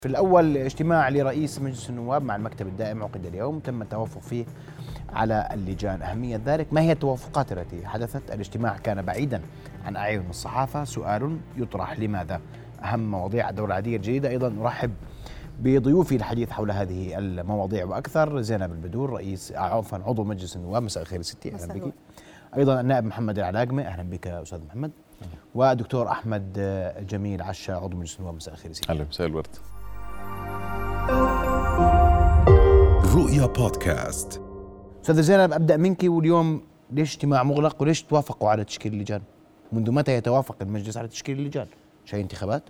في الأول اجتماع لرئيس مجلس النواب مع المكتب الدائم عقد اليوم، تم التوافق فيه على اللجان. أهمية ذلك، ما هي التوافقات التي حدثت؟ الاجتماع كان بعيدا عن أعين الصحافة. سؤال يطرح: لماذا؟ أهم مواضيع الدورة العادية الجديدة. أيضا نرحب بضيوفي الحديث حول هذه المواضيع وأكثر. زينب البدور، عضو مجلس النواب، مساء الخير ستي، أهلا بك. أيضا النائب محمد العلاقمة، أهلا بك أستاذ محمد. ودكتور أحمد جميل عشا، عضو مجلس النواب، مساء الخير ستي. أهلا، مساء الورد. رؤيا بودكاست. أستاذ زينب، أبدأ منك. واليوم ليش اجتماع مغلق وليش توافقوا على تشكيل اللجان؟ منذ متى يتوافق المجلس على تشكيل اللجان؟ شيء انتخابات؟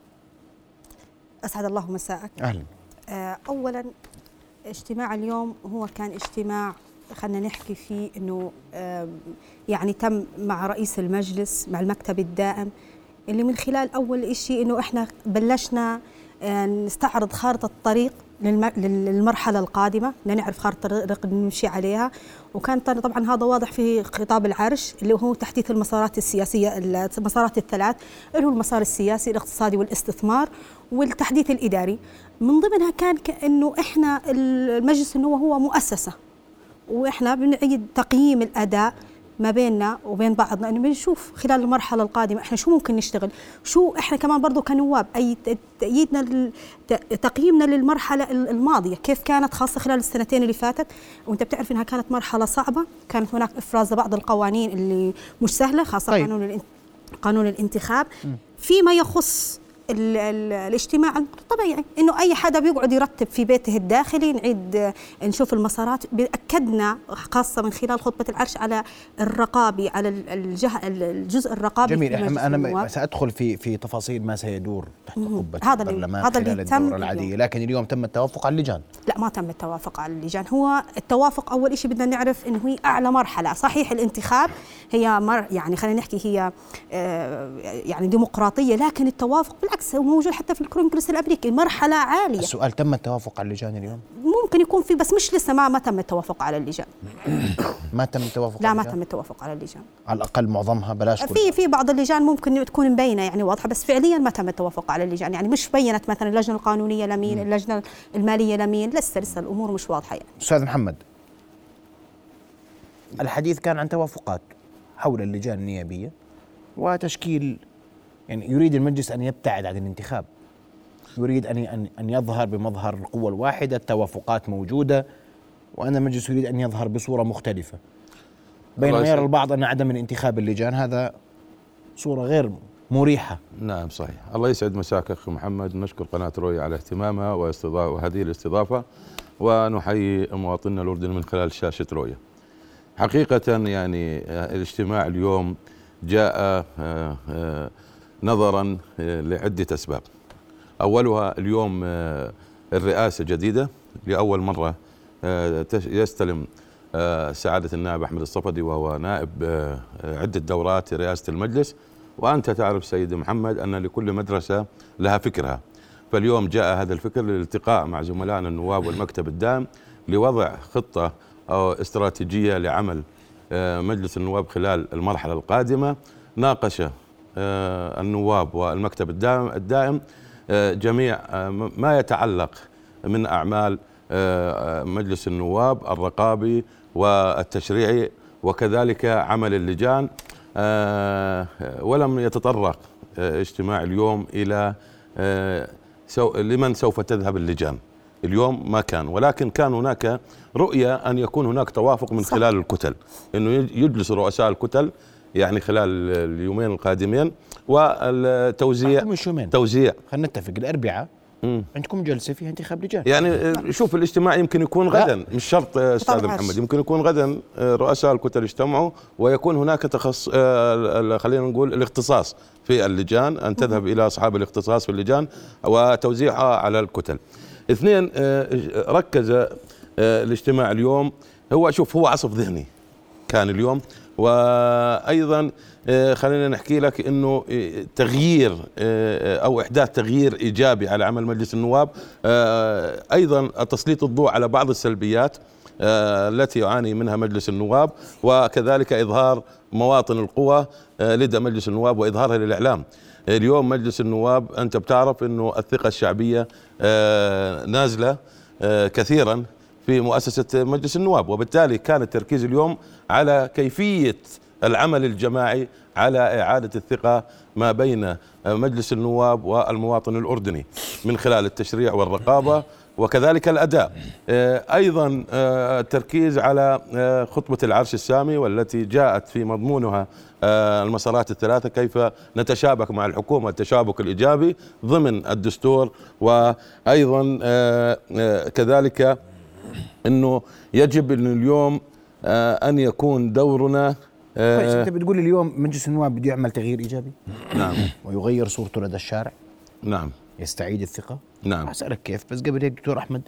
أسعد الله مساءك. أهلا. أولا اجتماع اليوم هو كان اجتماع خلنا نحكي فيه أنه يعني تم مع رئيس المجلس مع المكتب الدائم، اللي من خلال أول إشي أنه إحنا بلشنا نستعرض خارطة الطريق للمرحلة القادمة، نعرف خارطة الطريق نمشي عليها. وكان طبعا هذا واضح في خطاب العرش اللي هو تحديث المسارات السياسية، المسارات الثلاث اللي هو المسار السياسي، الاقتصادي، والاستثمار، والتحديث الإداري. من ضمنها كان كأنه إحنا المجلس إنه هو مؤسسة، وإحنا بنعيد تقييم الأداء ما بيننا وبين بعضنا، انه بنشوف خلال المرحله القادمه احنا شو ممكن نشتغل، شو احنا كمان برضو كنواب اي تأييدنا تقييمنا للمرحله الماضيه كيف كانت، خاصه خلال السنتين اللي فاتت. وانت بتعرف انها كانت مرحله صعبه، كانت هناك افراز لبعض القوانين اللي مش سهله، خاصه طيب. قانون الانتخاب. فيما يخص الاجتماع طبيعي انه اي حدا بيقعد يرتب في بيته الداخلي، نعيد نشوف المسارات. باكدنا خاصه من خلال خطبه العرش على الرقابي، على الجزء الرقابي. جميل. انا سادخل في تفاصيل ما سيدور تحت قبه البرلمان خلال الدوره العاديه، لكن اليوم تم التوافق على اللجان. لا، ما تم التوافق على اللجان. هو التوافق اول شيء بدنا نعرف انه هي اعلى مرحله. صحيح الانتخاب هي يعني خلينا نحكي هي يعني ديمقراطيه، لكن التوافق بالعكس هو موجود حتى في الكونغرس الامريكي، مرحله عاليه. السؤال: تم التوافق على اللجان اليوم؟ ممكن يكون في، بس مش لسه ما تم التوافق على اللجان. ما تم التوافق؟ لا، ما تم التوافق على اللجان. على الاقل معظمها، بلاش في بعض اللجان ممكن تكون مبينه يعني واضحه، بس فعليا ما تم التوافق على اللجان. يعني مش بينت مثلا اللجنه القانونيه لمين، اللجنه الماليه لمين، لسه الامور مش واضحه يعني. استاذ محمد، الحديث كان عن توافقات حول اللجان النيابيه وتشكيل، يعني يريد المجلس ان يبتعد عن الانتخاب، يريد ان يظهر بمظهر القوة الواحدة، التوافقات موجودة، وأن المجلس يريد أن يظهر بصورة مختلفة، بينما يرى البعض أن عدم الانتخاب اللجان هذا صورة غير مريحة. نعم صحيح. الله يسعد مساك أخي محمد. نشكر قناة رؤيا على اهتمامها وهذه الاستضافة، ونحيي مواطننا الأردني من خلال شاشة رؤيا. حقيقة يعني الاجتماع اليوم جاء نظرا لعدة أسباب. أولها اليوم الرئاسة جديدة، لأول مرة يستلم سعادة النائب أحمد الصفدي، وهو نائب عدة دورات رئاسة المجلس. وأنت تعرف سيد محمد أن لكل مدرسة لها فكرها، فاليوم جاء هذا الفكر للالتقاء مع زملائنا النواب والمكتب الدائم لوضع خطة أو استراتيجية لعمل مجلس النواب خلال المرحلة القادمة. ناقش النواب والمكتب الدائم جميع ما يتعلق من أعمال مجلس النواب الرقابي والتشريعي، وكذلك عمل اللجان. ولم يتطرق اجتماع اليوم إلى لمن سوف تذهب اللجان. اليوم ما كان، ولكن كان هناك رؤية أن يكون هناك توافق من خلال الكتل، أنه يجلس رؤساء الكتل يعني خلال اليومين القادمين، والتوزيع توزيع. خلينا نتفق الأربعاء عندكم جلسة فيها انتخاب لجان. يعني شوف، الاجتماع يمكن يكون غدا، مش شرط أستاذ محمد، يمكن يكون غدا رؤساء الكتل يجتمعوا ويكون هناك خلينا نقول الاختصاص في اللجان، أن تذهب إلى أصحاب الاختصاص في اللجان وتوزيعها على الكتل. اثنين، ركز الاجتماع اليوم، هو عصف ذهني كان اليوم. وأيضا خلينا نحكي لك أنه تغيير أو إحداث تغيير إيجابي على عمل مجلس النواب. أيضا تسليط الضوء على بعض السلبيات التي يعاني منها مجلس النواب، وكذلك إظهار مواطن القوى لدى مجلس النواب وإظهارها للإعلام. اليوم مجلس النواب أنت بتعرف أنه الثقة الشعبية نازلة كثيرا في مؤسسة مجلس النواب، وبالتالي كان التركيز اليوم على كيفية العمل الجماعي على إعادة الثقة ما بين مجلس النواب والمواطن الأردني من خلال التشريع والرقابة وكذلك الأداء. أيضا التركيز على خطبة العرش السامي والتي جاءت في مضمونها المسارات الثلاثة، كيف نتشابك مع الحكومة التشابك الإيجابي ضمن الدستور، وأيضا كذلك أنه يجب أن اليوم أن يكون دورنا. أنت بتقول اليوم مجلس النواب بده يعمل تغيير إيجابي، نعم، ويغير صورته لدى الشارع، نعم، يستعيد الثقة، نعم. أسألك كيف؟ بس قبل هيك دكتور أحمد،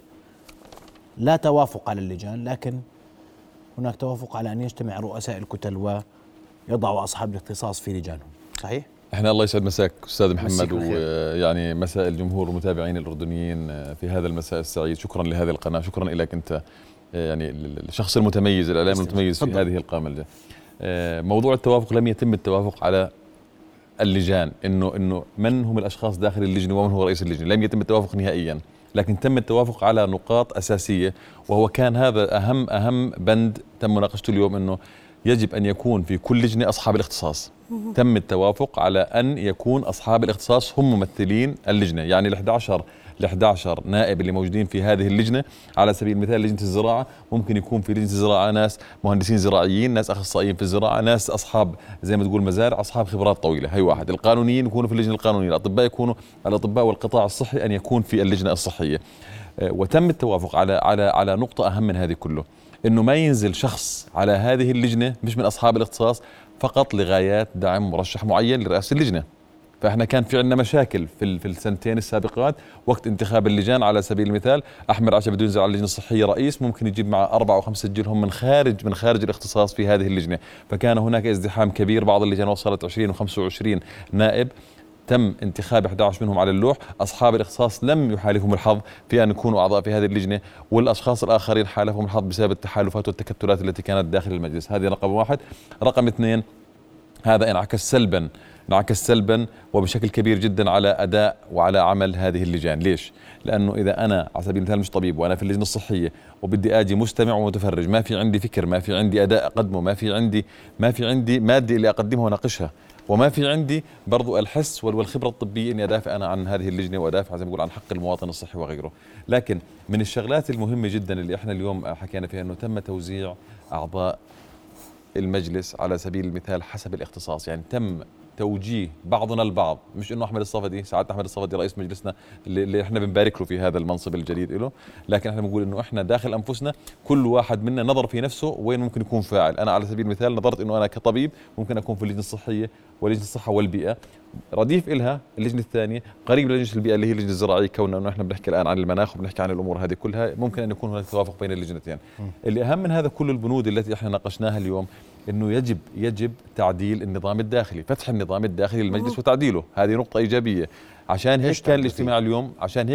لا توافق على اللجان، لكن هناك توافق على أن يجتمع رؤساء الكتل ويضعوا أصحاب الاختصاص في لجانهم، صحيح؟ احنا الله يسعد مساك أستاذ محمد، ويعني مساء الجمهور والمتابعين الأردنيين في هذا المساء السعيد. شكرا لهذه القناة، شكرا لك أنت، يعني الشخص المتميز، الإعلام المتميز في هذه القامة. موضوع التوافق، لم يتم التوافق على اللجان، انه من هم الاشخاص داخل اللجنه ومن هو رئيس اللجنه، لم يتم التوافق نهائيا، لكن تم التوافق على نقاط اساسيه، وهو كان هذا اهم بند تم مناقشته اليوم، انه يجب ان يكون في كل لجنه اصحاب الاختصاص. تم التوافق على ان يكون اصحاب الاختصاص هم ممثلين اللجنه، يعني ال 11 نائب اللي موجودين في هذه اللجنه، على سبيل المثال لجنه الزراعه ممكن يكون في لجنه الزراعه ناس مهندسين زراعيين، ناس اخصائيين في الزراعه، ناس اصحاب زي ما تقول مزارع، اصحاب خبرات طويله، هي واحد. القانونيين يكونوا في اللجنه القانونيه، الاطباء يكونوا الاطباء، والقطاع الصحي ان يكون في اللجنه الصحيه. وتم التوافق على نقطه اهم من هذه كله، انه ما ينزل شخص على هذه اللجنه مش من اصحاب الاختصاص فقط لغايات دعم مرشح معين لرئاسه اللجنه. فاحنا كان في عندنا مشاكل في السنتين السابقات وقت انتخاب اللجان. على سبيل المثال احمد عشا بده ينزل على اللجنه الصحيه رئيس، ممكن يجيب معه 4 أو 5 سجلهم من خارج الاختصاص في هذه اللجنه، فكان هناك ازدحام كبير. بعض اللجان وصلت 20 و25 نائب، تم انتخاب 11 منهم على اللوح. أصحاب الاختصاص لم يحالفهم الحظ في أن يكونوا أعضاء في هذه اللجنة، والأشخاص الآخرين حالفهم الحظ بسبب التحالفات والتكتلات التي كانت داخل المجلس. هذه رقم 1. رقم 2، هذا انعكس سلبا وبشكل كبير جدا على أداء وعلى عمل هذه اللجان. ليش؟ لأنه إذا أنا على سبيل المثال مش طبيب وأنا في اللجنة الصحية وبدي أجي مستمع ومتفرج، ما في عندي فكر، ما في عندي أداء أقدمه، ما في عندي مادة اللي أقدمها وناقشها، وما في عندي برضو الحس والخبرة الطبية إني أدافع أنا عن هذه اللجنة وأدافع زي ما بقول عن حق المواطن الصحي وغيره. لكن من الشغلات المهمة جدا اللي احنا اليوم حكينا فيها إنه تم توزيع أعضاء المجلس على سبيل المثال حسب الاختصاص، يعني تم توجيه بعضنا البعض، مش انه احمد الصفدي، سعاده احمد الصفدي رئيس مجلسنا اللي احنا بنبارك له في هذا المنصب الجديد له، لكن احنا بنقول انه احنا داخل انفسنا كل واحد منا نظر في نفسه وين ممكن يكون فاعل. انا على سبيل المثال نظرت انه انا كطبيب ممكن اكون في اللجنه الصحيه ولجنه الصحه والبيئه، رديف إلها اللجنه الثانيه قريب لجنه البيئه اللي هي اللجنه الزراعيه، كوننا انه احنا بنحكي الان عن المناخ وبنحكي عن الامور هذه كلها، ممكن ان يكون هناك توافق بين اللجنتين. اللي اهم من هذا كل البنود التي احنا ناقشناها اليوم، انه يجب تعديل النظام الداخلي، فتح النظام الداخلي للمجلس وتعديله، هذه نقطة إيجابية. عشان هيك كان الاجتماع اليوم،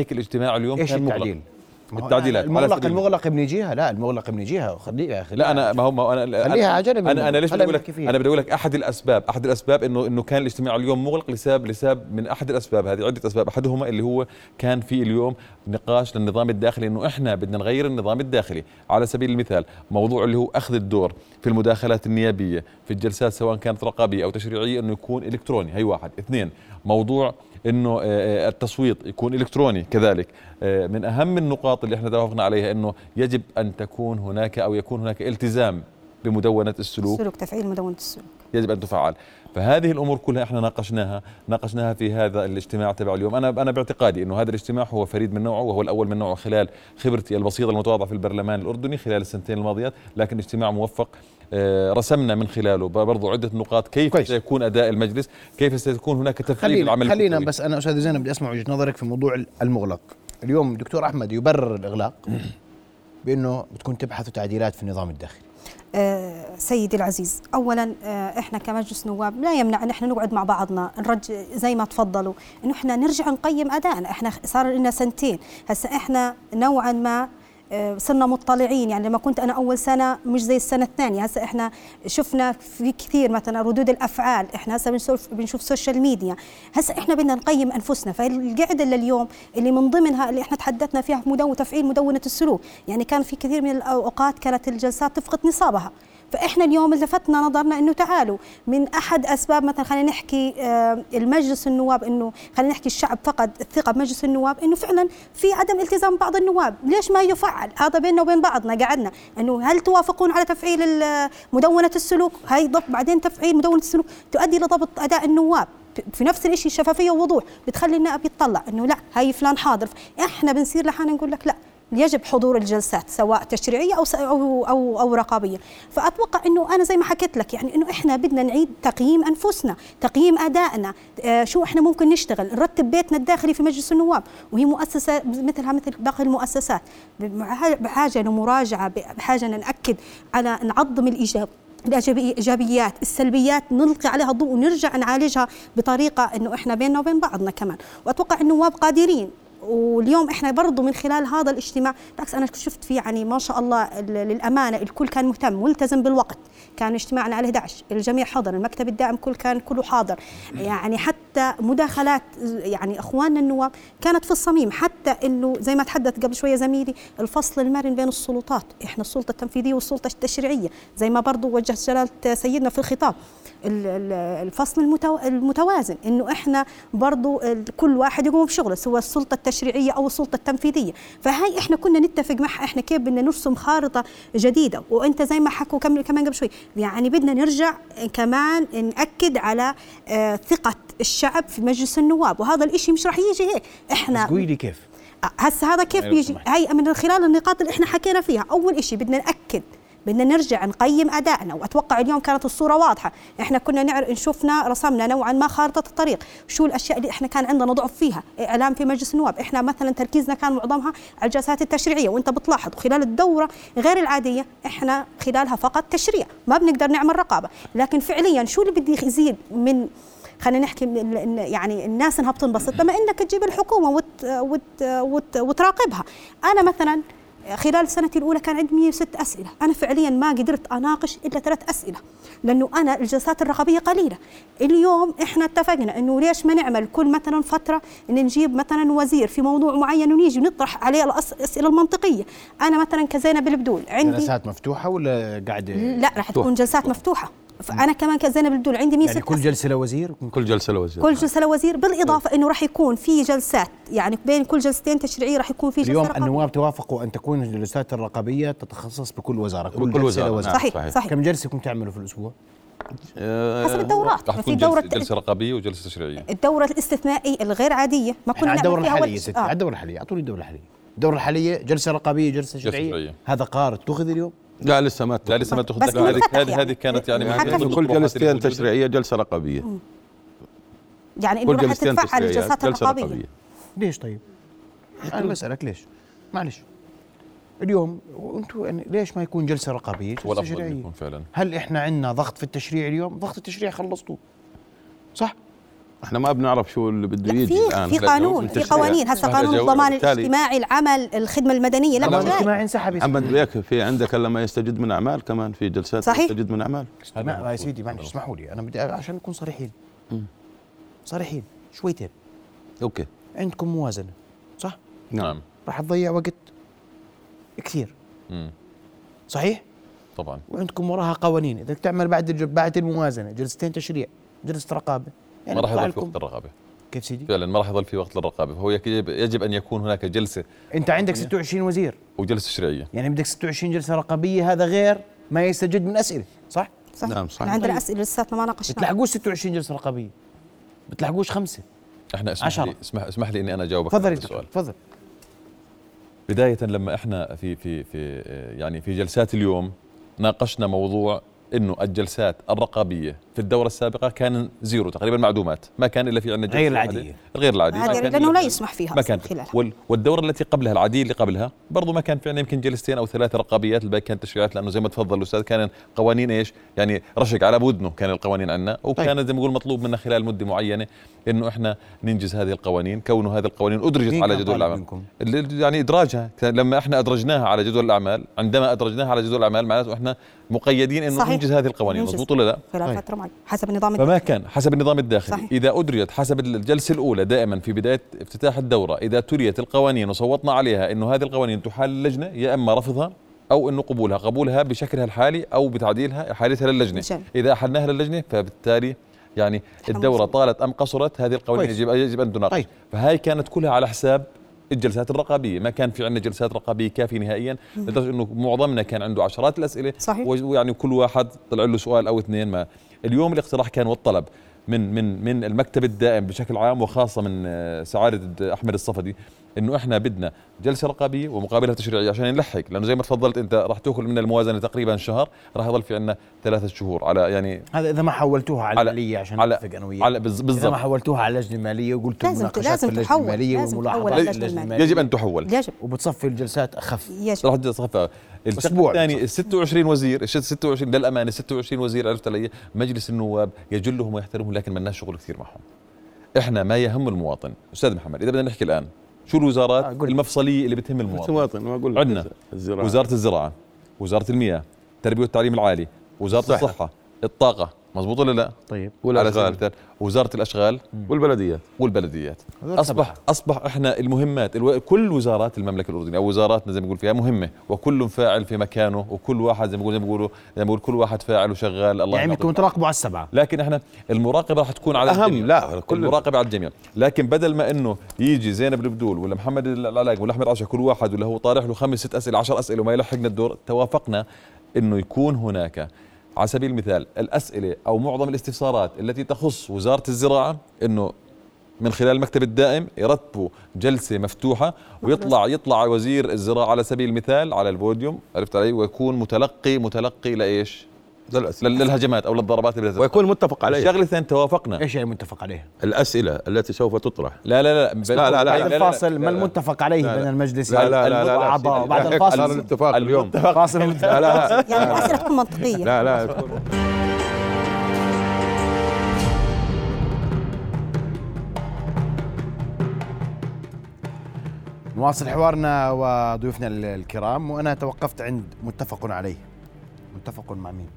كان مغلق. التعديلات المغلق من جهه، لا المغلق من جهه خليها لا انا ما هو انا خليها على جنب. انا ليش بقول لك، انا بدي اقول لك احد الاسباب انه كان الاجتماع اليوم مغلق لسبب من احد الاسباب، هذه عده اسباب، احدهما اللي هو كان في اليوم نقاش للنظام الداخلي، انه احنا بدنا نغير النظام الداخلي. على سبيل المثال موضوع اللي هو اخذ الدور في المداخلات النيابيه في الجلسات سواء كانت رقابيه او تشريعيه انه يكون الكتروني، هي واحد. 2، موضوع انه التصويت يكون الكتروني كذلك. من اهم النقاط اللي احنا توافقنا عليها انه يجب ان تكون هناك او يكون هناك التزام بمدونة السلوك، تفعيل مدونة السلوك يجب ان تفعل. فهذه الامور كلها احنا ناقشناها في هذا الاجتماع تبع اليوم. انا باعتقادي انه هذا الاجتماع هو فريد من نوعه وهو الاول من نوعه خلال خبرتي البسيطه المتواضعه في البرلمان الاردني خلال السنتين الماضيات، لكن اجتماع موفق. رسمنا من خلاله برضو عده نقاط كيف سيكون اداء المجلس، كيف سيكون هناك تفعيل العمل. خلينا بس انا استاذ زينب بدي اسمع وجهه نظرك في موضوع المغلق. اليوم دكتور احمد يبرر الاغلاق بانه بتكون تبحثوا تعديلات في النظام الداخلي. سيدي العزيز، اولا احنا كمجلس نواب لا يمنع ان احنا نقعد مع بعضنا نرجع زي ما تفضلوا انه احنا نرجع نقيم ادائنا. احنا صار لنا سنتين هسه، احنا نوعا ما صرنا مطلعين. يعني لما كنت أنا أول سنة مش زي السنة الثانية، هسه إحنا شفنا في كثير مثلا ردود الأفعال، إحنا هسه بنشوف سوشيال ميديا، هسه إحنا بدنا نقيم أنفسنا. فالقعدة لليوم اللي من ضمنها اللي إحنا تحدثنا فيها في تفعيل مدونة السلوك، يعني كان في كثير من الأوقات كانت الجلسات تفقد نصابها. فإحنا اليوم لفتنا نظرنا إنه تعالوا من أحد أسباب مثلا خلينا نحكي المجلس النواب، إنه خلينا نحكي الشعب فقد الثقة بمجلس النواب، إنه فعلا في عدم التزام بعض النواب. ليش ما يفعل هذا بيننا وبين بعضنا؟ قعدنا إنه هل توافقون على تفعيل مدونة السلوك؟ هاي ضبط، بعدين تفعيل مدونة السلوك تؤدي لضبط أداء النواب في نفس الشيء، شفافية ووضوح بتخلي النائب يطلع إنه لا هاي فلان حاضر. إحنا بنصير لحالنا نقول لك لا، يجب حضور الجلسات سواء تشريعيه او رقابيه. فاتوقع انه انا زي ما حكيت لك يعني انه احنا بدنا نعيد تقييم انفسنا، تقييم ادائنا، شو احنا ممكن نشتغل، نرتب بيتنا الداخلي في مجلس النواب، وهي مؤسسه مثل باقي المؤسسات بحاجه لمراجعه، بحاجه ناكد على نعظم الإيجابيات، السلبيات نلقي عليها الضوء ونرجع نعالجها بطريقة إنه إحنا بيننا وبين بعضنا كمان. وأتوقع النواب قادرين، واليوم احنا برضو من خلال هذا الاجتماع بالعكس انا شفت فيه يعني ما شاء الله للامانه الكل كان مهتم ملتزم بالوقت. كان اجتماعنا على 11 الجميع حضر، المكتب الدائم كله حاضر، يعني حتى مداخلات يعني اخواننا النواب كانت في الصميم، حتى انه زي ما تحدث قبل شويه زميلي الفصل المرن بين السلطات، احنا السلطه التنفيذيه والسلطه التشريعيه زي ما برضو وجه جلاله سيدنا في الخطاب، الفصل المتوازن، انه احنا برضو كل واحد يقوم بشغله سواء السلطه التشريعيه او السلطه التنفيذيه. فهي احنا كنا نتفق معها احنا كيف بدنا نرسم خارطه جديده. وانت زي ما حكوا كمان قبل شوي يعني بدنا نرجع كمان ناكد على ثقه الشعب في مجلس النواب، وهذا الاشي مش راح يجي هيك. احنا قولي لي كيف هسه هذا كيف بيجي؟ هي من خلال النقاط اللي احنا حكينا فيها. اول اشي بدنا ناكد، بدنا نرجع نقيم أدائنا، وأتوقع اليوم كانت الصورة واضحة. إحنا كنا شفنا رسمنا نوعا ما خارطة الطريق، شو الأشياء اللي إحنا كان عندنا ضعف فيها. إعلام في مجلس النواب، إحنا مثلا تركيزنا كان معظمها على الجلسات التشريعية، وأنت بتلاحظ خلال الدورة غير العادية إحنا خلالها فقط تشريع، ما بنقدر نعمل رقابة. لكن فعليا شو اللي بدي يزيد من خلينا نحكي يعني الناس انها بتنبسط لما انك تجيب الحكومة وتراقبها. أنا مثلا خلال سنتي الأولى كان عندي 106 أسئلة، أنا فعليا ما قدرت أناقش إلا 3 أسئلة، لأنه أنا الجلسات الرقابية قليلة. اليوم إحنا اتفقنا إنه ليش ما نعمل كل مثلا فترة إن نجيب مثلا وزير في موضوع معين ونيجي ونطرح عليه الأسئلة المنطقية. أنا مثلا كزينب البدول عندي جلسات مفتوحة ولا قاعدة؟ لا راح تكون جلسات مفتوحة. فأنا كمان كزينب البدول عندي 106 يعني كل جلسة لوزير؟ كل جلسة لوزير، كل جلسة لوزير، بالإضافة إنه راح يكون في جلسات يعني بين كل جلستين تشريعية راح يكون في جلسة اليوم رقابية. النواب توافقوا أن تكون الجلسات الرقابية تتخصص بكل وزارة، كل وزارة. صحيح. كم جلسة كنتم تعملوا في الأسبوع؟ حسب الدورات. راح تكون جلسة رقابية وجلسة تشريعية. الدورة الاستثنائية الغير عادية ما كنا على الدورة نعمل فيها الحالية يا ستي، على الدورة الحالية أعطوني الدورة الحالية. الدورة الحالية جلسة رقابية جلسة تشريعية، هذا قرار اتخذ اليوم؟ لا لسه ما تأخذ. هذه كانت يعني كل جلستين تشريعية جلسة رقابية. يعني إنه راح تتفعل الجلسات الرقابية. ليش طيب؟ أنا بسألك ليش؟ معلش اليوم وانتم يعني ليش ما يكون جلسة رقابية جلسة تشريعية؟ هل احنا عندنا ضغط في التشريع اليوم؟ ضغط التشريع خلصتوه صح؟ احنا ما بنعرف شو اللي بده يجي الان. في قانون، في قوانين، هسه قانون الضمان الاجتماعي، العمل، الخدمه المدنيه. الضمان الاجتماعي انسحب. محمد بيك في عندك لما يستجد من اعمال كمان في جلسات يستجد من اعمال. يا سيدي معلش اسمحوا لي انا بدي عشان نكون صريحين شويتين. اوكي عندكم موازنه صح؟ نعم. راح تضيع وقت كثير. صحيح؟ طبعا. وعندكم وراها قوانين، اذا تعمل بعد الموازنه جلستين تشريع جلسه رقابه يعني ما راح يضل في وقت الرقابه. كيف سيدي؟ فعلا ما راح يضل في وقت للرقابه، فهو يجب ان يكون هناك جلسه. انت عندك 26 وزير وجلسه تشريعيه، يعني بدك 26 جلسه رقابيه، هذا غير ما يستجد من اسئله صح؟ نعم صح. عندنا اسئله لساتنا ما ناقشناها. بتلحقوش 26 جلسه رقابيه، بتلحقوش 5. احنا اسمح لي اني انا اجاوبك على السؤال. تفضل. بدايه لما احنا في يعني في جلسات اليوم ناقشنا موضوع انه الجلسات الرقابيه في الدوره السابقه كان زيرو تقريبا، معدومات، ما كان الا في عندنا جلسه غير العاديه، غير العاديه لانه لا يسمح فيها ما كان خلالها. والدوره التي قبلها العاديه اللي قبلها برضه ما كان في عندنا يمكن جلستين او 3 رقابيات، الباقي كانت تشريعات، لانه زي ما تفضل الاستاذ كان قوانين ايش يعني رشق على بودنه كان القوانين عندنا، وكان زي ما نقول مطلوب منا خلال مده معينه انه احنا ننجز هذه القوانين، كونه هذه القوانين ادرجت على جدول الاعمال يعني ادراجها لما احنا ادرجناها على جدول الاعمال، عندما ادرجناها على جدول الاعمال معناته احنا مقيدين انه ننجز هذه القوانين، مضبوط ولا لا؟ خلال فتره معينه حسب النظام الداخلي. فما كان حسب النظام الداخلي. صحيح. اذا ادرجت حسب الجلسه الاولى دائما في بدايه افتتاح الدوره، اذا تريت القوانين وصوتنا عليها انه هذه القوانين تحال اللجنه، يا اما رفضها او انه قبولها بشكلها الحالي او بتعديلها احالتها للجنه. اذا احلناها للجنه فبالتالي يعني الدوره طالت ام قصرت، هذه القوانين يجب ان تناقش. فهاي كانت كلها على حساب الجلسات الرقابيه، ما كان في عندنا جلسات رقابيه كافيه نهائيا، لدرجه انه معظمنا كان عنده عشرات الاسئله. صحيح. ويعني كل واحد طلع له سؤال او اثنين. ما اليوم الاقتراح كان والطلب من المكتب الدائم بشكل عام، وخاصه من سعاده احمد الصفدي، انه احنا بدنا جلسه رقابيه ومقابلها تشريعيه عشان نلحق، لانه زي ما تفضلت انت راح تاكل من الموازنه تقريبا شهر، راح يضل في عندنا 3 شهور على يعني هذا اذا ما حولتوها على الماليه عشان نتفق انا وياك. بالضبط اذا ما حولتوها على اللجنه الماليه وقلتوا مناقشات في اللجنه الماليه وملاحظات اللجنه الماليه يجب ان تحول، وبتصفي الجلسات اخف. راح تصفى الاسبوع الثاني. ال 26 وزير، 26 للامانه 26 وزير عرفت علي، مجلس النواب يجلهم ويحترمهم، لكن ما لناش شغل كثير معهم. احنا ما يهم المواطن استاذ محمد، اذا بدنا نحكي الان شو الوزارات المفصليه اللي بتهم المواطن؟ عندنا وزاره الزراعه، وزاره المياه، التربيه والتعليم العالي، وزاره الصحه، الطاقه، مزبوط ولا لا؟ طيب. والاشغال، وزاره الاشغال والبلديات. اصبح احنا المهمات كل وزارات المملكه الاردنيه او وزاراتنا زي ما بنقول فيها مهمه، وكل فاعل في مكانه، وكل واحد زي ما بيقولوا كل واحد فاعل وشغال. الله يعني بدكم تراقبوا على ال7، لكن احنا المراقبه راح تكون على الجميع. لا كل المراقبه على الجميع، لكن بدل ما انه يجي زينب البدول ولا محمد العلاق ولا احمد عاشر كل واحد ولا هو طارح له 5 6 اسئله 10 اسئله وما يلحقنا الدور، توافقنا انه يكون هناك على سبيل المثال الأسئلة أو معظم الاستفسارات التي تخص وزارة الزراعة، إنه من خلال المكتب الدائم يرتبوا جلسة مفتوحة، ويطلع وزير الزراعة على سبيل المثال على البوديوم، عرفت علي، ويكون متلقي لإيش؟ للهجمات أو للضربات اللي ويكون متفق عليها. الشغلة الثانية توافقنا. إيش يعني متفق عليها؟ الأسئلة التي سوف تطرح. لا بعد الفاصل ما المتفق عليه بين المجلس الأعضاء بعد الفاصل الاتفاق اليوم فاصل. لا يعني الأسئلة تكون منطقية. لا نواصل حوارنا وضيوفنا الكرام، وأنا توقفت عند متفق عليه. متفق مع مين؟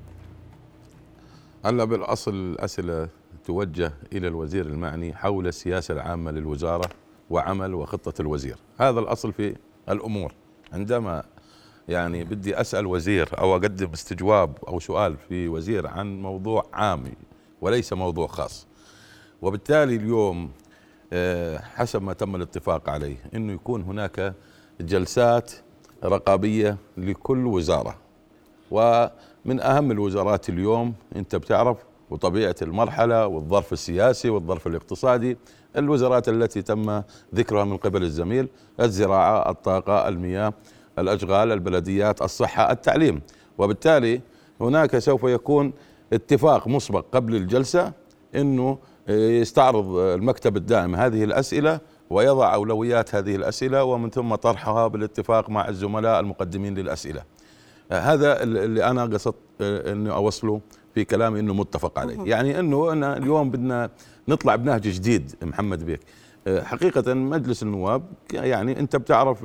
هلا بالأصل الأسئلة توجه إلى الوزير المعني حول السياسة العامة للوزارة وعمل وخطة الوزير. هذا الأصل في الأمور. عندما يعني بدي أسأل وزير أو أقدم استجواب أو سؤال في وزير عن موضوع عام وليس موضوع خاص، وبالتالي اليوم حسب ما تم الاتفاق عليه انه يكون هناك جلسات رقابية لكل وزارة، ومن اهم الوزارات اليوم انت بتعرف وطبيعة المرحلة والظرف السياسي والظرف الاقتصادي، الوزارات التي تم ذكرها من قبل الزميل: الزراعة، الطاقة، المياه، الاشغال، البلديات، الصحة، التعليم. وبالتالي هناك سوف يكون اتفاق مسبق قبل الجلسة انه يستعرض المكتب الدائم هذه الأسئلة ويضع أولويات هذه الأسئلة، ومن ثم طرحها بالاتفاق مع الزملاء المقدمين للأسئلة. هذا اللي أنا قصدت أنه أوصله في كلامي، أنه متفق عليه. يعني أنه أنا اليوم بدنا نطلع بنهج جديد محمد بيك. حقيقة مجلس النواب يعني أنت بتعرف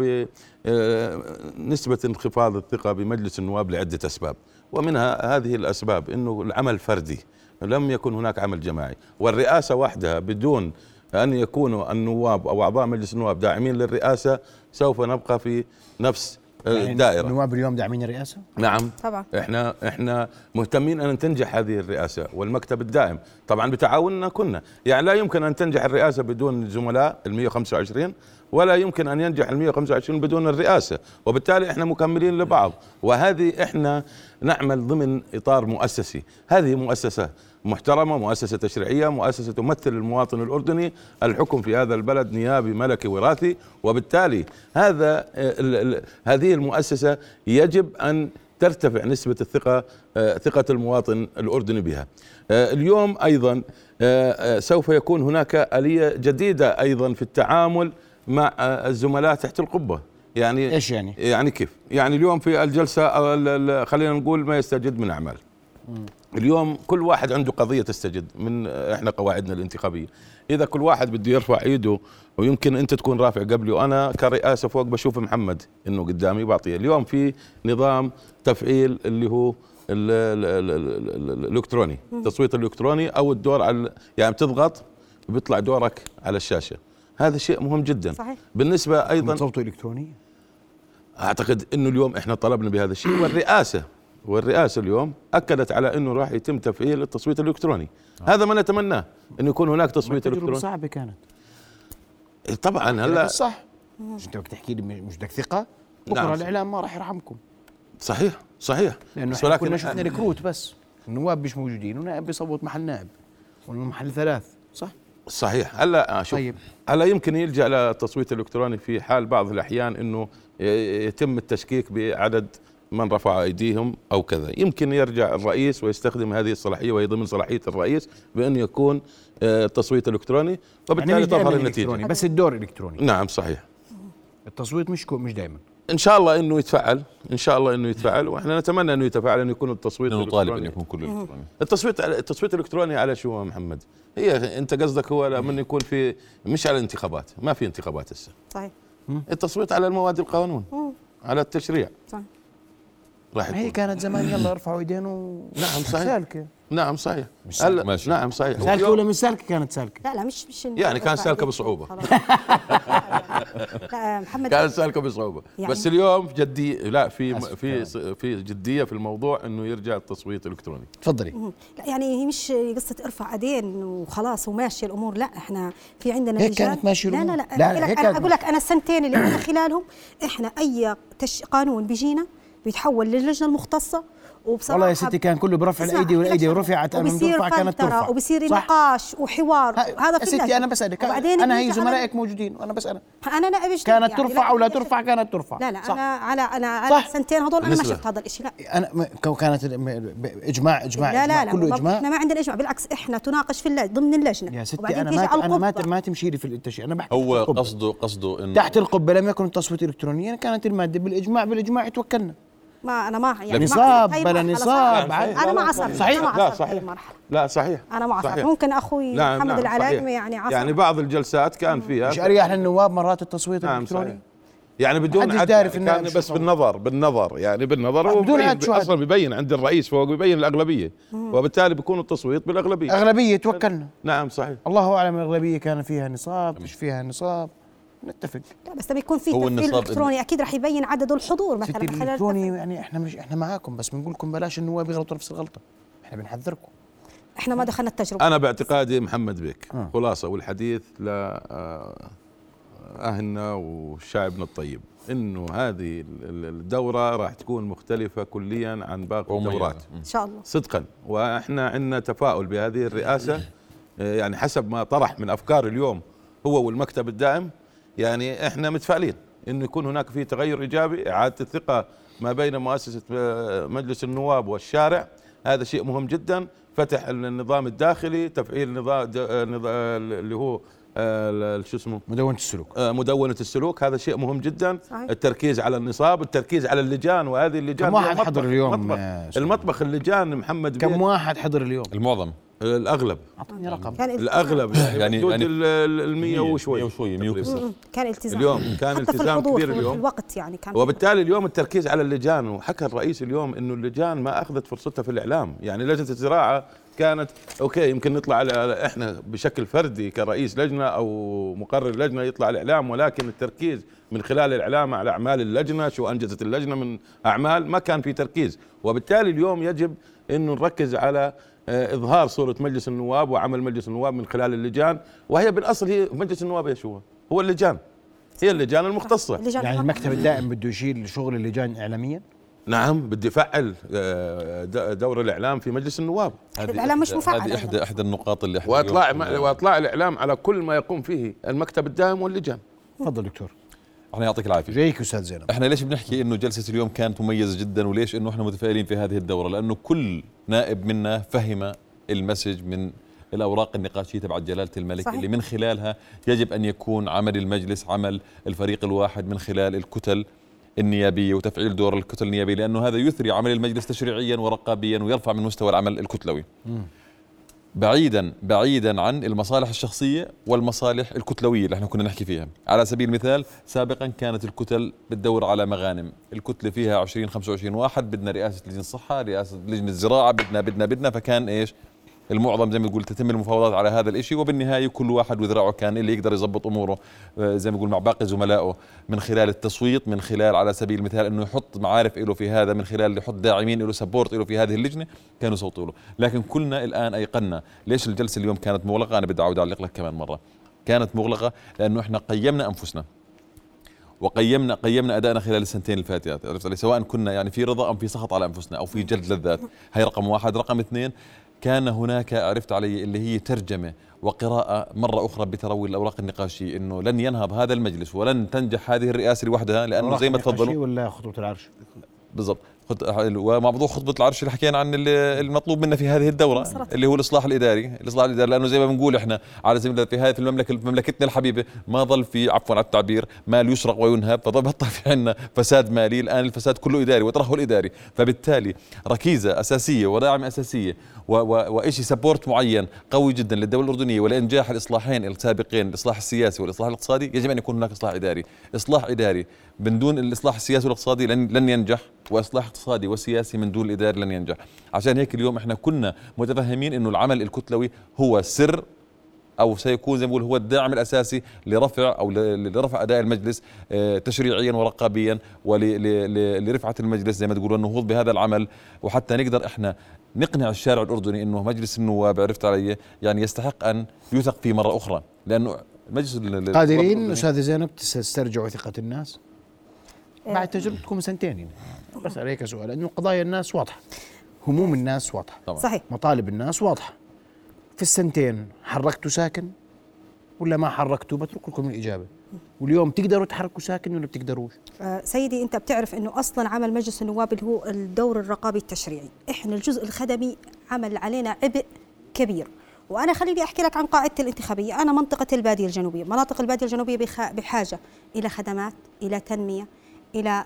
نسبة انخفاض الثقة بمجلس النواب لعدة أسباب، ومنها هذه الأسباب أنه العمل فردي، لم يكن هناك عمل جماعي، والرئاسة وحدها بدون أن يكونوا النواب أو أعضاء مجلس النواب داعمين للرئاسة سوف نبقى في نفس الدائرة. النواب اليوم داعمين الرئاسة؟ نعم طبعا. احنا مهتمين أن تنجح هذه الرئاسة والمكتب الدائم طبعا بتعاوننا كنا. يعني لا يمكن أن تنجح الرئاسة بدون الزملاء 125، ولا يمكن أن ينجح 125 بدون الرئاسة، وبالتالي احنا مكملين لبعض. وهذه احنا نعمل ضمن إطار مؤسسي، هذه مؤسسة محترمة، مؤسسة تشريعية، مؤسسة تمثل المواطن الأردني. الحكم في هذا البلد نيابي ملكي وراثي، وبالتالي هذه المؤسسة يجب أن ترتفع نسبة الثقة، ثقة المواطن الأردني بها. اليوم أيضا سوف يكون هناك آلية جديدة أيضا في التعامل مع الزملاء تحت القبة. يعني ايش يعني؟ يعني كيف؟ يعني اليوم في الجلسة خلينا نقول ما يستجد من أعمال. اليوم كل واحد عنده قضية تستجد من احنا قواعدنا الانتخابية. إذا كل واحد بده يرفع ايده، ويمكن انت تكون رافع قبلي وانا كرئاسة فوق بشوف محمد انه قدامي بعطيه. اليوم في نظام تفعيل اللي هو الالكتروني، التصويت الالكتروني او الدور على يعني بتضغط بيطلع دورك على الشاشة. هذا شيء مهم جدا. صحيح. بالنسبة ايضا صوته الكتروني، اعتقد انه اليوم احنا طلبنا بهذا الشيء، والرئاسة اليوم أكدت على أنه راح يتم تفعيل التصويت الإلكتروني. هذا ما نتمناه، أنه يكون هناك تصويت إلكتروني. صعبة كانت طبعا هلا صح. مش انت بدك تحكي لي مش بدك ثقة؟ بكره نعم. الإعلام ما راح يرحمكم. صحيح لأنه بس ولكن كنا شفنا ريكروت بس، النواب مش موجودين ونائب بيصوت محل نائب والمحل 3 صح؟ صحيح. هلا شوف طيب. هلا يمكن يلجأ للتصويت الإلكتروني في حال بعض الأحيان أنه يتم التشكيك بعدد من رفع أيديهم أو كذا. يمكن يرجع الرئيس ويستخدم هذه الصلاحية وهي ضمن صلاحية الرئيس بأن يكون تصويت إلكتروني، وبالتالي يعني تظهر النتيجة. بس الدور إلكتروني. نعم صحيح. التصويت مش دائما. إن شاء الله إنه يتفعل، إن شاء الله إنه يتفعل، وإحنا نتمنى إنه يتفعل، إنه يكون التصويت نطالب أن يكون كله إلكتروني. التصويت الإلكتروني على شو محمد؟ هي أنت قصدك هو لما يكون في مش على الانتخابات، ما في انتخابات هسه. صحيح. التصويت على المواد القانون، على التشريع. صحيح. هي كانت زمان يلا ارفعوا ايدين نعم صحيح. سالكة. نعم صحيح. ماشي. نعم صحيح. سالكة ولا مش سالكة؟ كانت سالكة. لا مش يعني كان سالكة بصعوبة. لا محمد كان سالكة بصعوبة يعني بس اليوم جدي، لا في جدية في الموضوع انه يرجع التصويت الالكتروني. تفضلي. لا يعني هي مش قصة ارفع ايدين وخلاص وماشي الامور، لا احنا في عندنا هيك لجان. كانت ماشية لا الأمور. لا لا، لا هيك أنا اقول لك انا السنتين اللي احنا خلالهم احنا اي قانون بيجينا بيتحول للجنة المختصة، وبصراحة والله يا ستي كان كله برفع الايدي والايدي ورفعت من ترفع كانت ترفع وبصير نقاش وحوار. هذا في ستي انا بسالك، انا هي زملائك موجودين وانا بسالك انا نائب كانت يعني ترفع او لا ترفع؟ كانت ترفع. لا انا على السنتين هذول انا ما شفت هذا الشيء. لا انا كانت اجماع لا كله اجماع. احنا ما عندنا اجماع، بالعكس احنا تناقش في ضمن اللجنه. يا ستي انا ما تمشي لي في التشريع، انا بحكي هو قصده انه تحت القبه لم يكن التصويت الالكتروني، كانت الماده بالاجماع توكلنا. انا ما يعني نصاب بلا نصاب. انا ما عصرت. صحيح. لا صحيح. لا صحيح. انا ما عصرت. ممكن اخوي محمد العلايمي يعني عصر. يعني بعض الجلسات كان فيها مش اريح للنواب مرات التصويت الالكتروني. يعني بدون عد، كان بس بالنظر يعني بالنظر اصلا بيبين عند الرئيس فوق بيبين الاغلبيه، وبالتالي بيكون التصويت بالاغلبيه. اغلبيه توكلنا. نعم صحيح. الله اعلم الاغلبيه كان فيها نصاب مش فيها نصاب، نتفق. لا بس لما يكون في تفعيل الكتروني اكيد راح يبين عدد الحضور مثلا. الالكتروني يعني احنا معاكم، بس بنقول لكم بلاش النواب يغلطوا نفس الغلطه، احنا بنحذركم. احنا ما دخلنا التجربه. انا باعتقادي محمد بيك خلاصه والحديث لاهلنا وشعبنا الطيب انه هذه الدوره راح تكون مختلفه كليا عن باقي الدورات ان شاء الله صدقا. واحنا عندنا تفاؤل بهذه الرئاسه، يعني حسب ما طرح من افكار اليوم هو والمكتب الدائم، يعني احنا متفائلين انه يكون هناك في تغير ايجابي، اعاده الثقه ما بين مؤسسه مجلس النواب والشارع، هذا شيء مهم جدا. فتح النظام الداخلي، تفعيل نظام اللي هو شو اسمه مدونة السلوك، هذا شيء مهم جدا. صحيح. التركيز على النصاب، التركيز على اللجان، وهذه اللجان كم واحد حضر اليوم؟ المطبخ اللجان محمد كم واحد حضر اليوم؟ المعظم، الاغلب. اعطيني رقم. الاغلب يعني حدود ال100 وشوي كان التزام اليوم، كان التزام كبير اليوم في الوقت يعني كان. وبالتالي اليوم التركيز على اللجان، وحكى الرئيس اليوم انه اللجان ما اخذت فرصتها في الاعلام. يعني لجنه الزراعه كانت اوكي، يمكن نطلع على احنا بشكل فردي كرئيس لجنه او مقرر لجنه يطلع الاعلام، ولكن التركيز من خلال الاعلام على اعمال اللجنه، شو انجزت اللجنه من اعمال، ما كان في تركيز. وبالتالي اليوم يجب انه نركز على اظهار صوره مجلس النواب وعمل مجلس النواب من خلال اللجان، وهي بالاصل هي مجلس النواب هو اللجان، هي اللجان المختصه. يعني المكتب الدائم بده يشيل شغل اللجان اعلاميا؟ نعم، بدي يفعل دور الاعلام في مجلس النواب. الاعلام مش مفعل. هذه احدى النقاط اللي واطلاع الاعلام على كل ما يقوم فيه المكتب الدائم واللجان. تفضل دكتور. احنا يعطيك العافيه. جايك استاذ زينب. احنا ليش بنحكي انه جلسه اليوم كانت مميزه جدا، وليش انه احنا متفائلين في هذه الدوره؟ لانه كل نائب منا فهم المسج من الأوراق النقاشية تبع جلالة الملك. صحيح. اللي من خلالها يجب أن يكون عمل المجلس عمل الفريق الواحد من خلال الكتل النيابية وتفعيل دور الكتل النيابية، لأنه هذا يثري عمل المجلس تشريعيا ورقابيا ويرفع من مستوى العمل الكتلوي بعيدا عن المصالح الشخصية والمصالح الكتلوية اللي احنا كنا نحكي فيها. على سبيل المثال سابقا كانت الكتل بتدور على مغانم، الكتلة فيها 20-25 واحد، بدنا رئاسة لجنة الصحة، رئاسة لجنة الزراعة، بدنا فكان ايش المعظم زي ما تقول تتم المفاوضات على هذا الاشي، وبالنهاية كل واحد وذراعه كان اللي يقدر يضبط اموره زي ما نقول مع باقي زملائه من خلال التصويت، من خلال على سبيل المثال انه يحط معارف له في هذا، من خلال يحط داعمين له سبورت له في هذه اللجنة كانوا يصوتوا له. لكن كلنا الان ايقنا ليش الجلسة اليوم كانت مغلقة. انا بدي اعود اعلق لك كمان مرة، كانت مغلقة لانه احنا قيمنا انفسنا وقيمنا ادائنا خلال السنتين الفاتحات، عرفت علي؟ سواء كنا يعني في رضا ام في سخط على انفسنا او في جلد للذات. هي رقم واحد. رقم اثنين، كان هناك عرفت علي اللي هي ترجمة وقراءة مرة أخرى بتروي الأوراق النقاشية إنه لن ينهض هذا المجلس ولن تنجح هذه الرئاسة لوحدها، لأنه زي ما تفضلوا ولا خطوة العرش بالضبط. وموضوع خطبة العرش اللي حكينا عن المطلوب منا في هذه الدورة اللي هو الإصلاح الإداري، لأنه زي ما بنقول إحنا على سبيل المثال في هذه المملكة، في مملكتنا الحبيبة ما ظل في عفوا على التعبير مال يسرق وينهب، فبطل في عندنا فساد مالي. الآن الفساد كله إداري وترهل إداري، فبالتالي ركيزة أساسية وداعم أساسية وإشي سبورت معين قوي جدا للدولة الأردنية ولإنجاح الإصلاحين السابقين، الإصلاح السياسي والإصلاح الاقتصادي، يجب أن يكون هناك إصلاح إداري. إصلاح إداري من دون الإصلاح السياسي والاقتصادي لن ينجح، وإصلاح اقتصادي وسياسي من دون الإداري لن ينجح. عشان هيك اليوم احنا كنا متفهمين إنه العمل الكتلوي هو سر أو سيكون زي ما بقول هو الداعم الأساسي لرفع أداء المجلس تشريعيا ورقابيا ولرفعة المجلس زي ما تقولوا النهوض بهذا العمل، وحتى نقدر احنا نقنع الشارع الأردني إنه مجلس النواب عرفت علي يعني يستحق أن يثق فيه مرة أخرى، لأنه المجلس قادرين أستاذ زينب تسترجعوا ثقة الناس بعد تجربتكم سنتين. بس عليك سؤال، إنه قضايا الناس واضحة، هموم الناس واضحة طبعا. صحيح. مطالب الناس واضحة. في السنتين حركتوا ساكن ولا ما حركتوا؟ بترك لكم الإجابة. واليوم تقدروا تحركوا ساكن ولا بتقدروش؟ سيدي أنت بتعرف أنه أصلا عمل مجلس النواب اللي هو الدور الرقابي التشريعي، إحنا الجزء الخدمي عمل علينا عبء كبير. وأنا خليني أحكي لك عن قاعدة الانتخابية. أنا منطقة البادية الجنوبية، مناطق البادية الجنوبية بحاجة إلى خدمات، إلى تنمية، إلى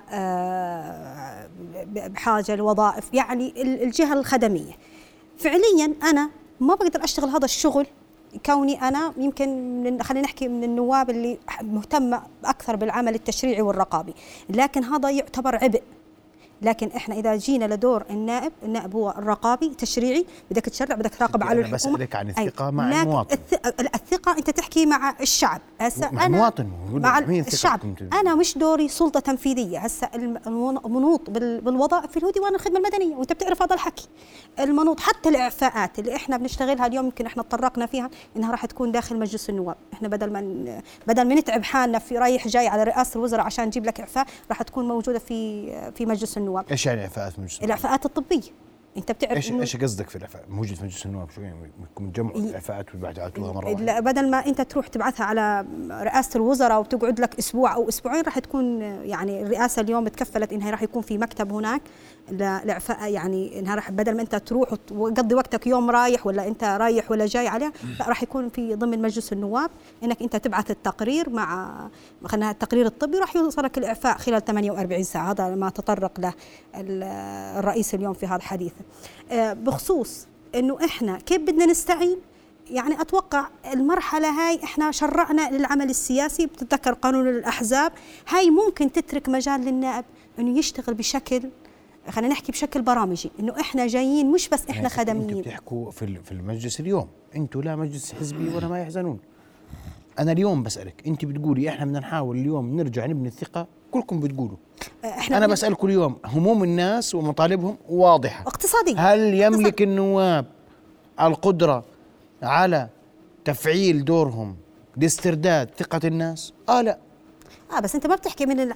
بحاجة لوظائف، يعني الجهة الخدمية. فعليا أنا ما بقدر أشتغل هذا الشغل كوني أنا يمكن خلينا نحكي من النواب اللي مهتمة أكثر بالعمل التشريعي والرقابي، لكن هذا يعتبر عبء. لكن احنا اذا جينا لدور النائب هو الرقابي تشريعي، بدك تشرع، بدك تراقب على الحكومه. بسألك عن الثقه مع المواطن. الثقه انت تحكي مع الشعب. هسه مع المواطن مع الشعب. انا مش دوري سلطه تنفيذيه. هسه المنوط بالوظائف في الهودي وانا الخدمه المدنيه، وانت بتعرف هذا الحكي. المنوط حتى الاعفاءات اللي احنا بنشتغلها اليوم يمكن احنا تطرقنا فيها انها راح تكون داخل مجلس النواب. احنا بدل ما نتعب حالنا في رايح جاي على رئاسه الوزراء عشان نجيب لك اعفاء، راح تكون موجوده في مجلس النواب. ايش يعني اعفاءات مجلس النواب؟ الاعفاءات الطبيه. انت بتعرف ايش قصدك في الاعفاء؟ موجود في مجلس النواب شو يعني؟ تجمعوا الاعفاءات وتبعتوها مره واحده؟ بدل ما انت تروح تبعثها على رئاسه الوزراء وتقعد لك اسبوع او اسبوعين، راح تكون يعني الرئاسه اليوم تكفلت انها راح يكون في مكتب هناك للاعفاء، يعني انها راح بدل ما انت تروح وتقضي وقتك يوم رايح ولا انت رايح ولا جاي عليها، لا راح يكون في ضمن مجلس النواب انك انت تبعث التقرير مع خلينا التقرير الطبي، راح يوصلك الاعفاء خلال 48 ساعه. هذا ما تطرق له الرئيس اليوم في هذا الحديث. بخصوص انه احنا كيف بدنا نستعين، يعني اتوقع المرحله هاي احنا شرعنا للعمل السياسي، بتتذكر قانون الاحزاب، هاي ممكن تترك مجال للنائب انه يشتغل بشكل خلينا نحكي بشكل برامجي، انه احنا جايين مش بس احنا خدميين. انتوا بتحكوا في المجلس اليوم، انتوا لا مجلس حزبي ولا ما يحزنون. انا اليوم بسالك، انت بتقولي احنا بدنا نحاول اليوم نرجع نبني الثقه، كلكم بتقولوا. أنا بسألكم اليوم هموم الناس ومطالبهم واضحة اقتصادية. هل يملك النواب القدرة على تفعيل دورهم لاسترداد ثقة الناس؟ لا. بس انت ما بتحكي من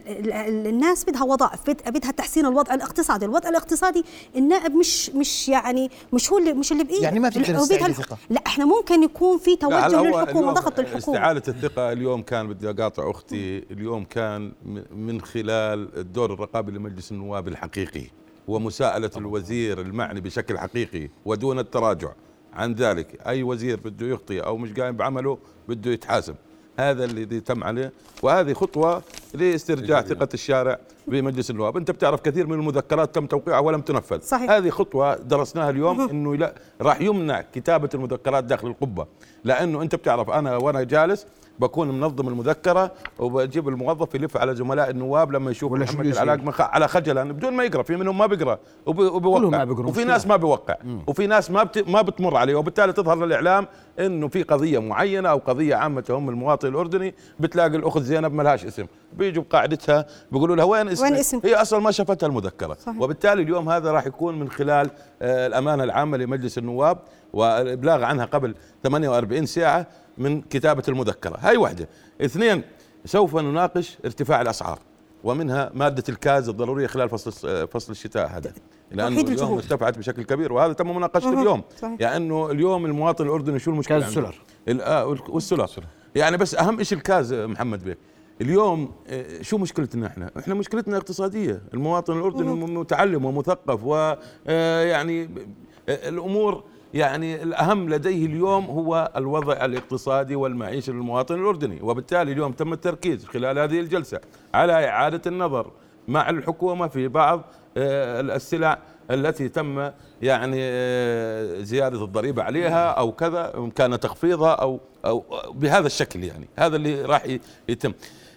الناس بدها وظائف، بدها تحسين الوضع الاقتصادي. الوضع الاقتصادي النائب مش يعني مش هو اللي بايده، يعني ما في ثقة. لا احنا ممكن يكون في توجه للحكومه، ضغط الحكومه. استعادة الثقة اليوم كان، بدي اقاطع اختي، اليوم كان من خلال الدور الرقابي لمجلس النواب الحقيقي ومساءلة الوزير المعني بشكل حقيقي ودون التراجع عن ذلك. اي وزير بده يخطئ او مش قايم بعمله بده يتحاسب، هذا اللي تم عليه. وهذه خطوة لاسترجاع ثقة الشارع بمجلس النواب. انت بتعرف كثير من المذكرات تم توقيعها ولم تنفذ. صحيح. هذه خطوة درسناها اليوم انه لا راح يمنع كتابة المذكرات داخل القبة، لانه انت بتعرف انا وانا جالس بكون منظم المذكرة وبجيب الموظف يلف على زملاء النواب لما يشوف محمد العلاق على خجلا بدون ما يقرأ. في منهم ما بيقرأ وبيوقع، وفي ناس ما بيوقع، وفي ناس ما بتمر عليه، وبالتالي تظهر للإعلام انه في قضية معينة او قضية عامة تهم المواطن الأردني. بتلاقي الأخت زينب ما لهاش اسم، بيجوا بقاعدتها بيقولوا لها وين اسم؟ هي اصلا ما شافتها المذكرة. صحيح. وبالتالي اليوم هذا راح يكون من خلال الأمانة العامة لمجلس النواب والإبلاغ عنها قبل 48 ساعة من كتابة المذكرة. هاي واحدة. اثنين، سوف نناقش ارتفاع الأسعار، ومنها مادة الكاز الضرورية خلال فصل الشتاء هذا، لأنه اليوم ارتفعت بشكل كبير، وهذا تم مناقشته اليوم. يعني اليوم المواطن الأردني شو المشكلة؟ كاز السولر والسولر. يعني بس أهم شيء الكاز محمد بيك. اليوم شو مشكلتنا احنا مشكلتنا اقتصادية. المواطن الأردني متعلم ومثقف، ويعني الأمور يعني الأهم لديه اليوم هو الوضع الاقتصادي والمعيشي للمواطن الأردني. وبالتالي اليوم تم التركيز خلال هذه الجلسة على إعادة النظر مع الحكومة في بعض السلع التي تم يعني زيادة الضريبة عليها أو كذا، كان تخفيضها أو بهذا الشكل. يعني هذا اللي راح يتم.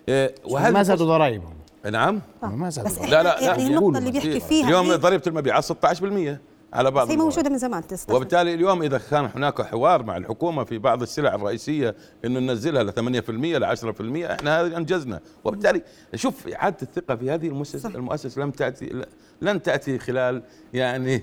ما زادوا ضرائبهم. نعم ما زادوا. لا يعني النقطة اللي بيحكي فيها اليوم ضريبة المبيعات 16% على بعض، هي موجودة من زمان. وبالتالي اليوم إذا كان هناك حوار مع الحكومة في بعض السلع الرئيسية إنه ننزلها ل 8% ل 10%، إحنا هذه أنجزنا. وبالتالي شوف إعادة الثقة في هذه المؤسسة لن تأتي خلال يعني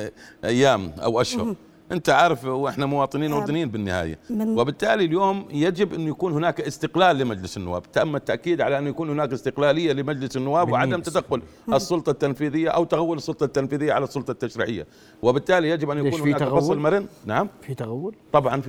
أيام أو أشهر. أنت عارف وإحنا مواطنين أردنيين بالنهاية. وبالتالي اليوم يجب أن يكون هناك استقلال لمجلس النواب. تم التأكيد على أن يكون هناك استقلالية لمجلس النواب وعدم تدخل السلطة التنفيذية أو تغول السلطة التنفيذية على السلطة التشريعية. وبالتالي يجب أن يكون هناك فصل مرن. نعم في تغول، طبعا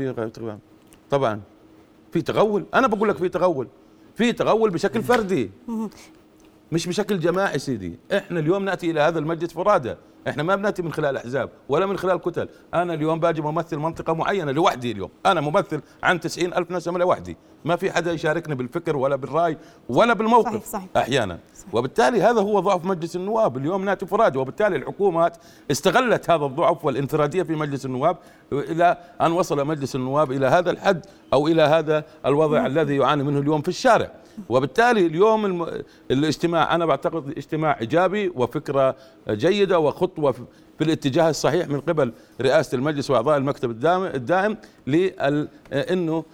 في تغول. أنا بقول لك في تغول بشكل فردي مش بشكل جماعي سيدي. احنا اليوم نأتي إلى هذا المجلس فرادى، احنا ما بنأتي من خلال أحزاب ولا من خلال كتل. أنا اليوم باجي ممثل منطقة معينة لوحدي. اليوم أنا ممثل عن 90,000 نسمة لوحدي، ما في حدا يشاركني بالفكر ولا بالرأي ولا بالموقف. صحيح. أحيانا. وبالتالي هذا هو ضعف مجلس النواب. اليوم نأتي فرادى، وبالتالي الحكومات استغلت هذا الضعف والانفرادية في مجلس النواب إلى أن وصل مجلس النواب إلى هذا الحد أو إلى هذا الوضع الذي يعاني منه اليوم في الشارع. وبالتالي اليوم الاجتماع أنا بعتقد اجتماع إيجابي وفكرة جيدة وخطوة في الاتجاه الصحيح من قبل رئاسة المجلس وأعضاء المكتب الدائم لأنه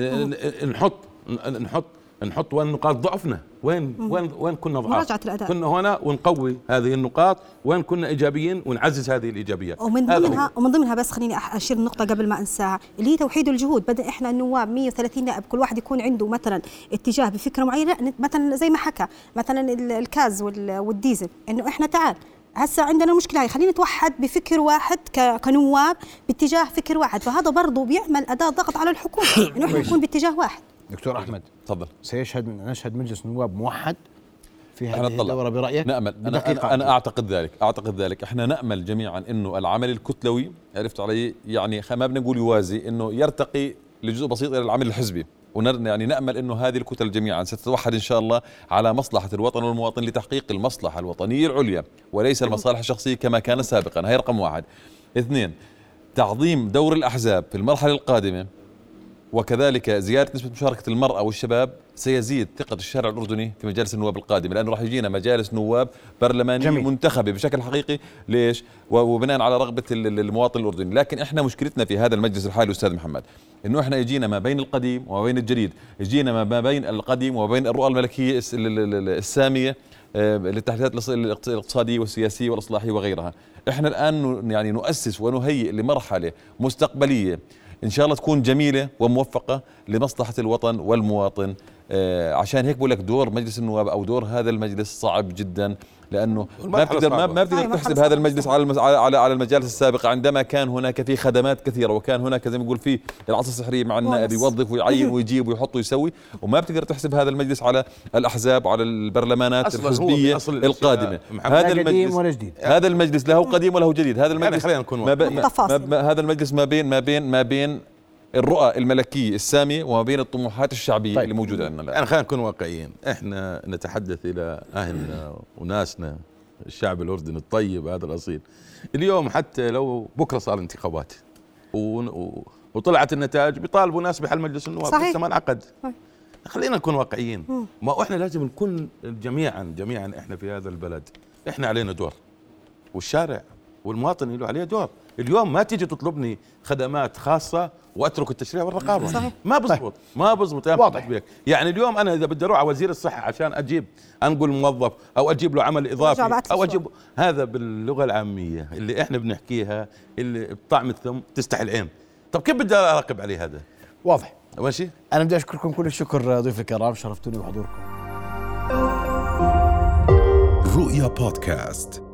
نحط وين نقاط ضعفنا، وين كنا ضعاف، مراجعة الأداء كنا هنا ونقوي هذه النقاط، وين كنا إيجابيين ونعزز هذه الإيجابيات. ومن ضمنها بس خليني أشير النقطة قبل ما أنساها، اللي هي توحيد الجهود. بدأ إحنا النواب 130 نائب كل واحد يكون عنده مثلا اتجاه بفكرة معينة، مثلا زي ما حكى مثلا الكاز والديزل، إنه إحنا تعال هسه عندنا المشكلة هاي، خلينا نتوحد بفكر واحد كنواب باتجاه فكر واحد. فهذا برضه بيعمل أداة ضغط على الحكومة إنه إحنا نكون باتجاه واحد. دكتور أحمد تفضل. نشهد مجلس النواب موحد في هذه الدورة برأيك؟ نأمل. أنا أعتقد ذلك. إحنا نأمل جميعا إنه العمل الكتلوي، عرفت علي، يعني ما بدنا نقول يوازي، إنه يرتقي لجزء بسيط إلى العمل الحزبي. يعني نأمل إنه هذه الكتل جميعا ستتوحد إن شاء الله على مصلحة الوطن والمواطن لتحقيق المصلحة الوطنية العليا وليس المصالح الشخصية كما كان سابقا. هي رقم 1. 2، تعظيم دور الأحزاب في المرحلة القادمة، وكذلك زيادة نسبة مشاركة المرأة والشباب سيزيد ثقة الشارع الأردني في مجالس النواب القادمة، لأنه راح يجينا مجالس نواب برلمانية منتخبة بشكل حقيقي. ليش؟ وبناء على رغبة المواطن الأردني. لكن إحنا مشكلتنا في هذا المجلس الحالي أستاذ محمد إنه إحنا يجينا ما بين القديم وما بين الجديد، يجينا ما بين القديم وما بين الرؤى الملكية السامية للتحديثات الاقتصادية والسياسية والإصلاحية وغيرها. إحنا الآن يعني نؤسس ونهيئ لمرحلة مستقبلية إن شاء الله تكون جميلة وموفقة لمصلحة الوطن والمواطن عشان هيك بقول لك دور مجلس النواب او دور هذا المجلس صعب جدا، لانه ما بتقدر تحسب هذا المجلس على المجالس السابقه، عندما كان هناك في خدمات كثيره، وكان هناك زي ما نقول في العصا السحريه مع النائب، يوظف ويعين ويجيب ويحط ويسوي، وما بتقدر تحسب هذا المجلس على الاحزاب، على البرلمانات الحزبيه القادمه. هذا المجلس له قديم وله جديد. هذا المجلس هذا المجلس ما بين الرؤى الملكيه الساميه وما بين الطموحات الشعبيه اللي موجوده عندنا الان. يعني خلينا نكون واقعيين، احنا نتحدث الى اهلنا وناسنا، الشعب الاردني الطيب هذا الاصيل. اليوم حتى لو بكره صار انتخابات وطلعت النتائج، بيطالبوا ناس بحل مجلس النواب لسه ما انعقد. خلينا نكون واقعيين، ما احنا لازم نكون جميعا احنا في هذا البلد احنا علينا دور، والشارع والمواطن له عليه دور. اليوم ما تيجي تطلبني خدمات خاصه واترك التشريع والرقابه. صحيح. ما بزبط واضح بيك. يعني اليوم انا اذا بدي اروح على وزير الصحه عشان اجيب انقل موظف او اجيب له عمل اضافي او اجيب، هذا باللغه العاميه اللي احنا بنحكيها اللي بطعم الثوم تستحي العين. طب كيف بدي اراقب عليه هذا؟ واضح ماشي. انا بدي اشكركم كل الشكر ضيوف الكرام، شرفتوني بحضوركم. رؤيا بودكاست.